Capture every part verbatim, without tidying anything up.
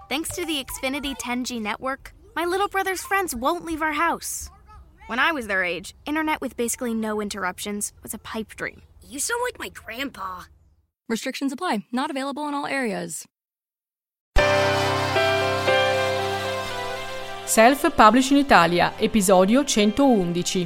Thanks to the Xfinity ten G network, my little brother's friends won't leave our house. When I was their age, internet with basically no interruptions was a pipe dream. You sound like my grandpa. Restrictions apply. Not available in all areas. Self-Publishing Italia, episodio centoundici.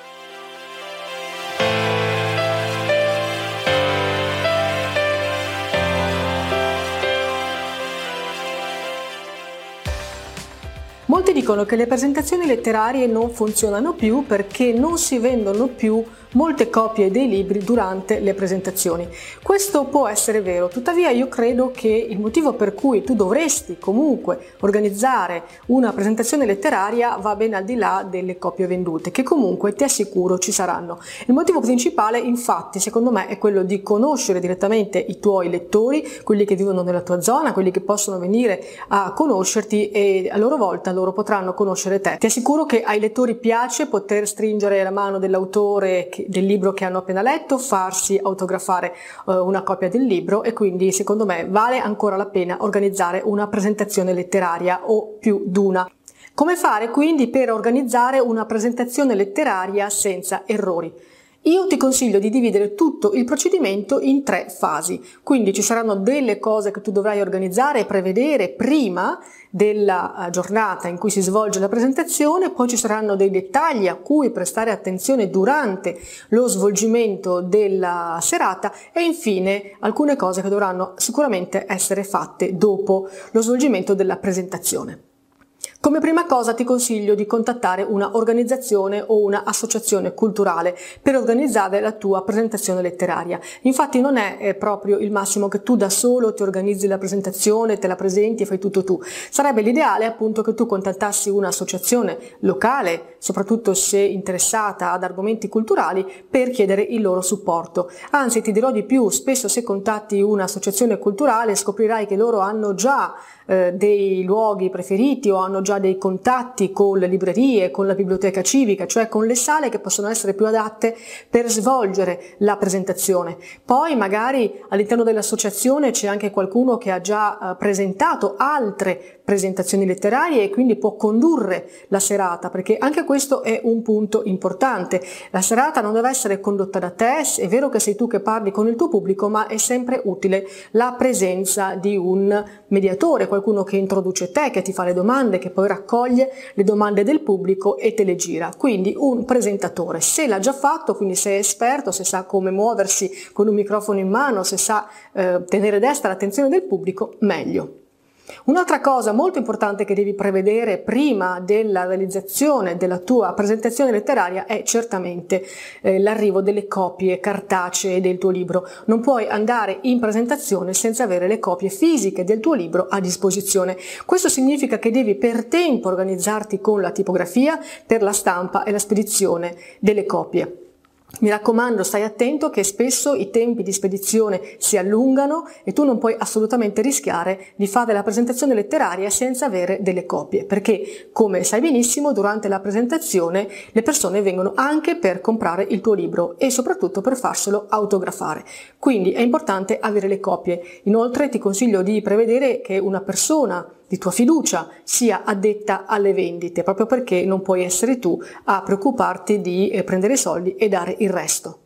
Molti dicono che le presentazioni letterarie non funzionano più perché non si vendono più molte copie dei libri durante le presentazioni. Questo può essere vero, tuttavia io credo che il motivo per cui tu dovresti comunque organizzare una presentazione letteraria va ben al di là delle copie vendute, che comunque ti assicuro ci saranno. Il motivo principale, infatti, secondo me è quello di conoscere direttamente i tuoi lettori, quelli che vivono nella tua zona, quelli che possono venire a conoscerti e a loro volta loro potranno conoscere te. Ti assicuro che ai lettori piace poter stringere la mano dell'autore che del libro che hanno appena letto, farsi autografare uh, una copia del libro, e quindi secondo me vale ancora la pena organizzare una presentazione letteraria o più d'una. Come fare quindi per organizzare una presentazione letteraria senza errori? Io ti consiglio di dividere tutto il procedimento in tre fasi, quindi ci saranno delle cose che tu dovrai organizzare e prevedere prima della giornata in cui si svolge la presentazione, poi ci saranno dei dettagli a cui prestare attenzione durante lo svolgimento della serata e infine alcune cose che dovranno sicuramente essere fatte dopo lo svolgimento della presentazione. Come prima cosa ti consiglio di contattare una organizzazione o una associazione culturale per organizzare la tua presentazione letteraria. Infatti non è, è proprio il massimo che tu da solo ti organizzi la presentazione, te la presenti e fai tutto tu. Sarebbe l'ideale appunto che tu contattassi un'associazione locale, soprattutto se interessata ad argomenti culturali, per chiedere il loro supporto. Anzi, ti dirò di più, spesso se contatti un'associazione culturale scoprirai che loro hanno già eh, dei luoghi preferiti o hanno già dei contatti con le librerie, con la biblioteca civica, cioè con le sale che possono essere più adatte per svolgere la presentazione. Poi magari all'interno dell'associazione c'è anche qualcuno che ha già uh, presentato altre presentazioni letterarie e quindi può condurre la serata, perché anche questo è un punto importante. La serata non deve essere condotta da te, è vero che sei tu che parli con il tuo pubblico, ma è sempre utile la presenza di un mediatore, qualcuno che introduce te, che ti fa le domande, che poi raccoglie le domande del pubblico e te le gira. Quindi un presentatore, se l'ha già fatto, quindi se è esperto, se sa come muoversi con un microfono in mano, se sa eh, tenere desta l'attenzione del pubblico, meglio. Un'altra cosa molto importante che devi prevedere prima della realizzazione della tua presentazione letteraria è certamente eh, l'arrivo delle copie cartacee del tuo libro. Non puoi andare in presentazione senza avere le copie fisiche del tuo libro a disposizione. Questo significa che devi per tempo organizzarti con la tipografia per la stampa e la spedizione delle copie. Mi raccomando, stai attento che spesso i tempi di spedizione si allungano e tu non puoi assolutamente rischiare di fare la presentazione letteraria senza avere delle copie, perché, come sai benissimo, durante la presentazione le persone vengono anche per comprare il tuo libro e soprattutto per farselo autografare. Quindi è importante avere le copie. Inoltre ti consiglio di prevedere che una persona di tua fiducia sia addetta alle vendite, proprio perché non puoi essere tu a preoccuparti di eh, prendere i soldi e dare il resto.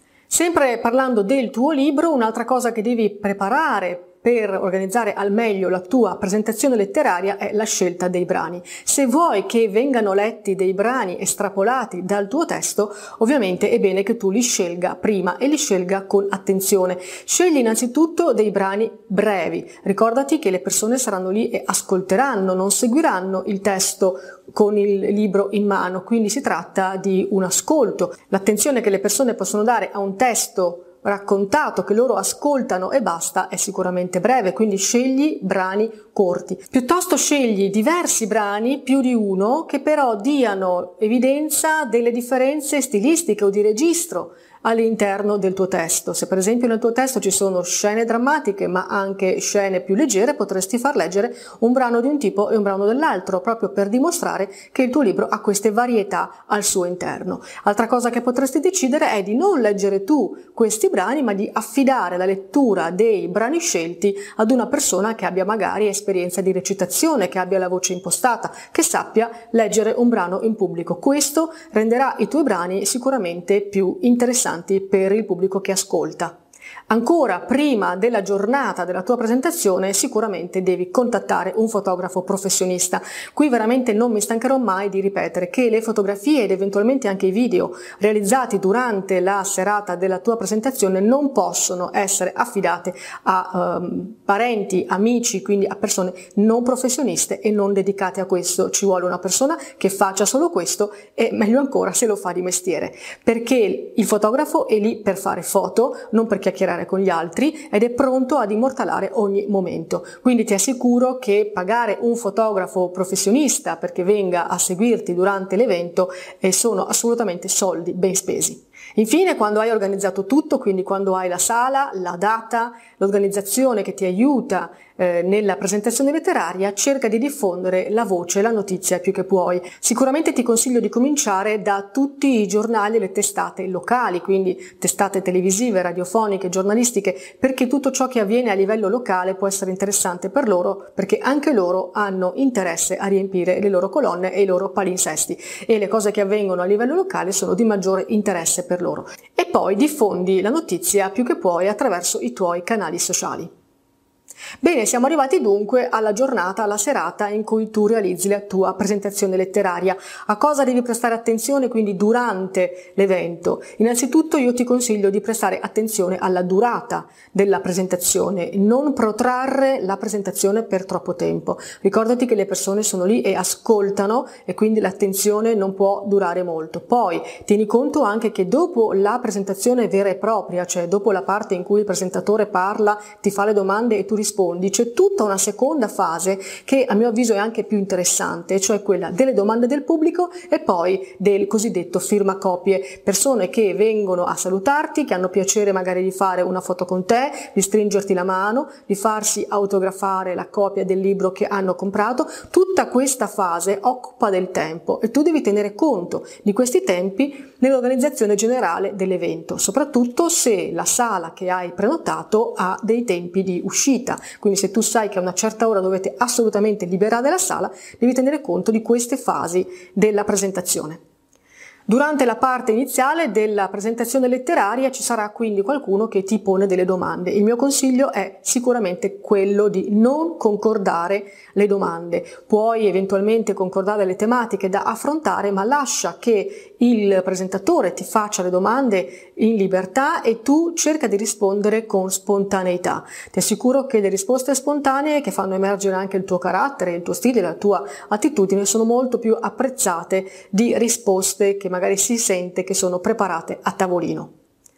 Sempre parlando del tuo libro, un'altra cosa che devi preparare per organizzare al meglio la tua presentazione letteraria è la scelta dei brani. Se vuoi che vengano letti dei brani estrapolati dal tuo testo, ovviamente è bene che tu li scelga prima e li scelga con attenzione. Scegli innanzitutto dei brani brevi. Ricordati che le persone saranno lì e ascolteranno, non seguiranno il testo con il libro in mano, quindi si tratta di un ascolto. L'attenzione che le persone possono dare a un testo raccontato che loro ascoltano e basta è sicuramente breve, quindi scegli brani corti. Piuttosto scegli diversi brani, più di uno, che però diano evidenza delle differenze stilistiche o di registro all'interno del tuo testo. Se per esempio nel tuo testo ci sono scene drammatiche ma anche scene più leggere, potresti far leggere un brano di un tipo e un brano dell'altro, proprio per dimostrare che il tuo libro ha queste varietà al suo interno. Altra cosa che potresti decidere è di non leggere tu questi brani, ma di affidare la lettura dei brani scelti ad una persona che abbia magari esperienza di recitazione, che abbia la voce impostata, che sappia leggere un brano in pubblico. Questo renderà i tuoi brani sicuramente più interessanti per il pubblico che ascolta. Ancora prima della giornata della tua presentazione sicuramente devi contattare un fotografo professionista. Qui veramente non mi stancherò mai di ripetere che le fotografie ed eventualmente anche i video realizzati durante la serata della tua presentazione non possono essere affidate a um, parenti, amici, quindi a persone non professioniste e non dedicate a questo. Ci vuole una persona che faccia solo questo e meglio ancora se lo fa di mestiere, perché il fotografo è lì per fare foto, non per chiacchierare con gli altri, ed è pronto ad immortalare ogni momento. Quindi ti assicuro che pagare un fotografo professionista perché venga a seguirti durante l'evento eh, sono assolutamente soldi ben spesi. Infine, quando hai organizzato tutto, quindi quando hai la sala, la data, l'organizzazione che ti aiuta eh, nella presentazione letteraria, cerca di diffondere la voce, la notizia più che puoi. Sicuramente ti consiglio di cominciare da tutti i giornali e le testate locali, quindi testate televisive, radiofoniche, giornalistiche, perché tutto ciò che avviene a livello locale può essere interessante per loro, perché anche loro hanno interesse a riempire le loro colonne e i loro palinsesti, e le cose che avvengono a livello locale sono di maggiore interesse per loro. E poi diffondi la notizia più che puoi attraverso i tuoi canali sociali. Bene, siamo arrivati dunque alla giornata, alla serata in cui tu realizzi la tua presentazione letteraria. A cosa devi prestare attenzione quindi durante l'evento? Innanzitutto io ti consiglio di prestare attenzione alla durata della presentazione, non protrarre la presentazione per troppo tempo. Ricordati che le persone sono lì e ascoltano e quindi l'attenzione non può durare molto. Poi tieni conto anche che dopo la presentazione vera e propria, cioè dopo la parte in cui il presentatore parla, ti fa le domande e tu rispondi, c'è tutta una seconda fase che a mio avviso è anche più interessante, cioè quella delle domande del pubblico e poi del cosiddetto firmacopie, persone che vengono a salutarti, che hanno piacere magari di fare una foto con te, di stringerti la mano, di farsi autografare la copia del libro che hanno comprato. Tutta questa fase occupa del tempo e tu devi tenere conto di questi tempi nell'organizzazione generale dell'evento, soprattutto se la sala che hai prenotato ha dei tempi di uscita. Quindi se tu sai che a una certa ora dovete assolutamente liberare la sala, devi tenere conto di queste fasi della presentazione. Durante la parte iniziale della presentazione letteraria ci sarà quindi qualcuno che ti pone delle domande. Il mio consiglio è sicuramente quello di non concordare le domande. Puoi eventualmente concordare le tematiche da affrontare, ma lascia che il presentatore ti faccia le domande in libertà e tu cerca di rispondere con spontaneità. Ti assicuro che le risposte spontanee, che fanno emergere anche il tuo carattere, il tuo stile, la tua attitudine, sono molto più apprezzate di risposte che magari si sente che sono preparate a tavolino.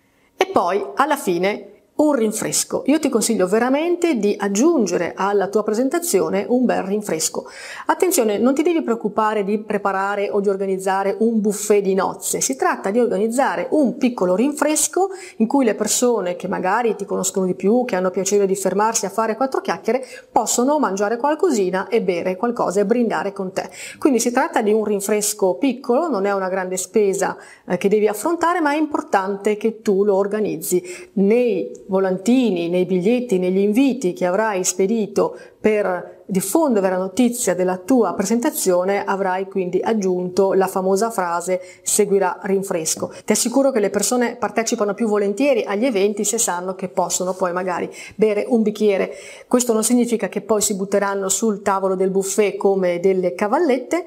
E poi alla fine un rinfresco. Io ti consiglio veramente di aggiungere alla tua presentazione un bel rinfresco. Attenzione, non ti devi preoccupare di preparare o di organizzare un buffet di nozze, si tratta di organizzare un piccolo rinfresco in cui le persone che magari ti conoscono di più, che hanno piacere di fermarsi a fare quattro chiacchiere, possono mangiare qualcosina e bere qualcosa e brindare con te. Quindi si tratta di un rinfresco piccolo, non è una grande spesa eh, che devi affrontare, ma è importante che tu lo organizzi nei volantini, nei biglietti, negli inviti che avrai spedito per diffondere la notizia della tua presentazione. Avrai quindi aggiunto la famosa frase "seguirà rinfresco". Ti assicuro che le persone partecipano più volentieri agli eventi se sanno che possono poi magari bere un bicchiere. Questo non significa che poi si butteranno sul tavolo del buffet come delle cavallette,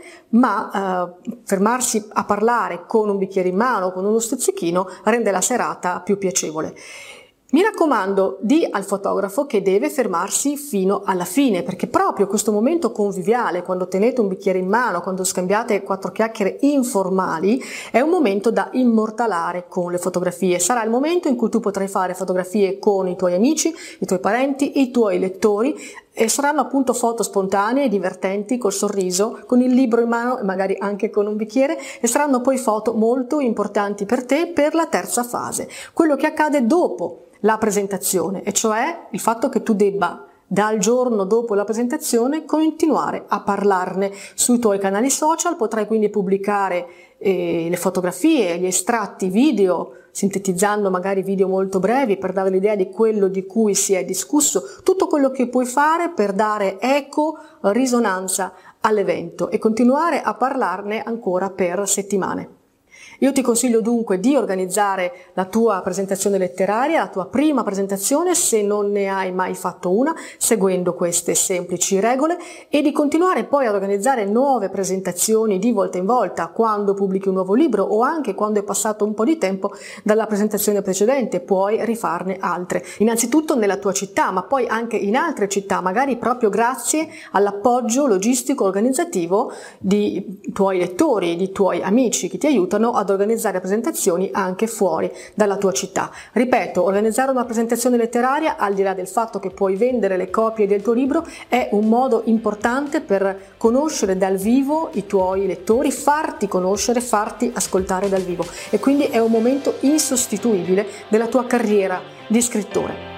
ma eh, fermarsi a parlare con un bicchiere in mano, con uno stuzzichino, rende la serata più piacevole. Mi raccomando, di al fotografo che deve fermarsi fino alla fine, perché proprio questo momento conviviale, quando tenete un bicchiere in mano, quando scambiate quattro chiacchiere informali, è un momento da immortalare con le fotografie. Sarà il momento in cui tu potrai fare fotografie con i tuoi amici, i tuoi parenti, i tuoi lettori, E saranno appunto foto spontanee, divertenti, col sorriso, con il libro in mano e magari anche con un bicchiere, e saranno poi foto molto importanti per te per la terza fase, quello che accade dopo la presentazione, e cioè il fatto che tu debba dal giorno dopo la presentazione continuare a parlarne sui tuoi canali social. Potrai quindi pubblicare eh, le fotografie, gli estratti video, sintetizzando magari video molto brevi per dare l'idea di quello di cui si è discusso, tutto quello che puoi fare per dare eco, risonanza all'evento e continuare a parlarne ancora per settimane. Io ti consiglio dunque di organizzare la tua presentazione letteraria, la tua prima presentazione, se non ne hai mai fatto una, seguendo queste semplici regole, e di continuare poi ad organizzare nuove presentazioni di volta in volta quando pubblichi un nuovo libro o anche quando è passato un po' di tempo dalla presentazione precedente. Puoi rifarne altre, innanzitutto nella tua città, ma poi anche in altre città, magari proprio grazie all'appoggio logistico organizzativo di tuoi lettori, di tuoi amici che ti aiutano ad organizzare presentazioni anche fuori dalla tua città. Ripeto, organizzare una presentazione letteraria, al di là del fatto che puoi vendere le copie del tuo libro, è un modo importante per conoscere dal vivo i tuoi lettori, farti conoscere, farti ascoltare dal vivo, e quindi è un momento insostituibile della tua carriera di scrittore.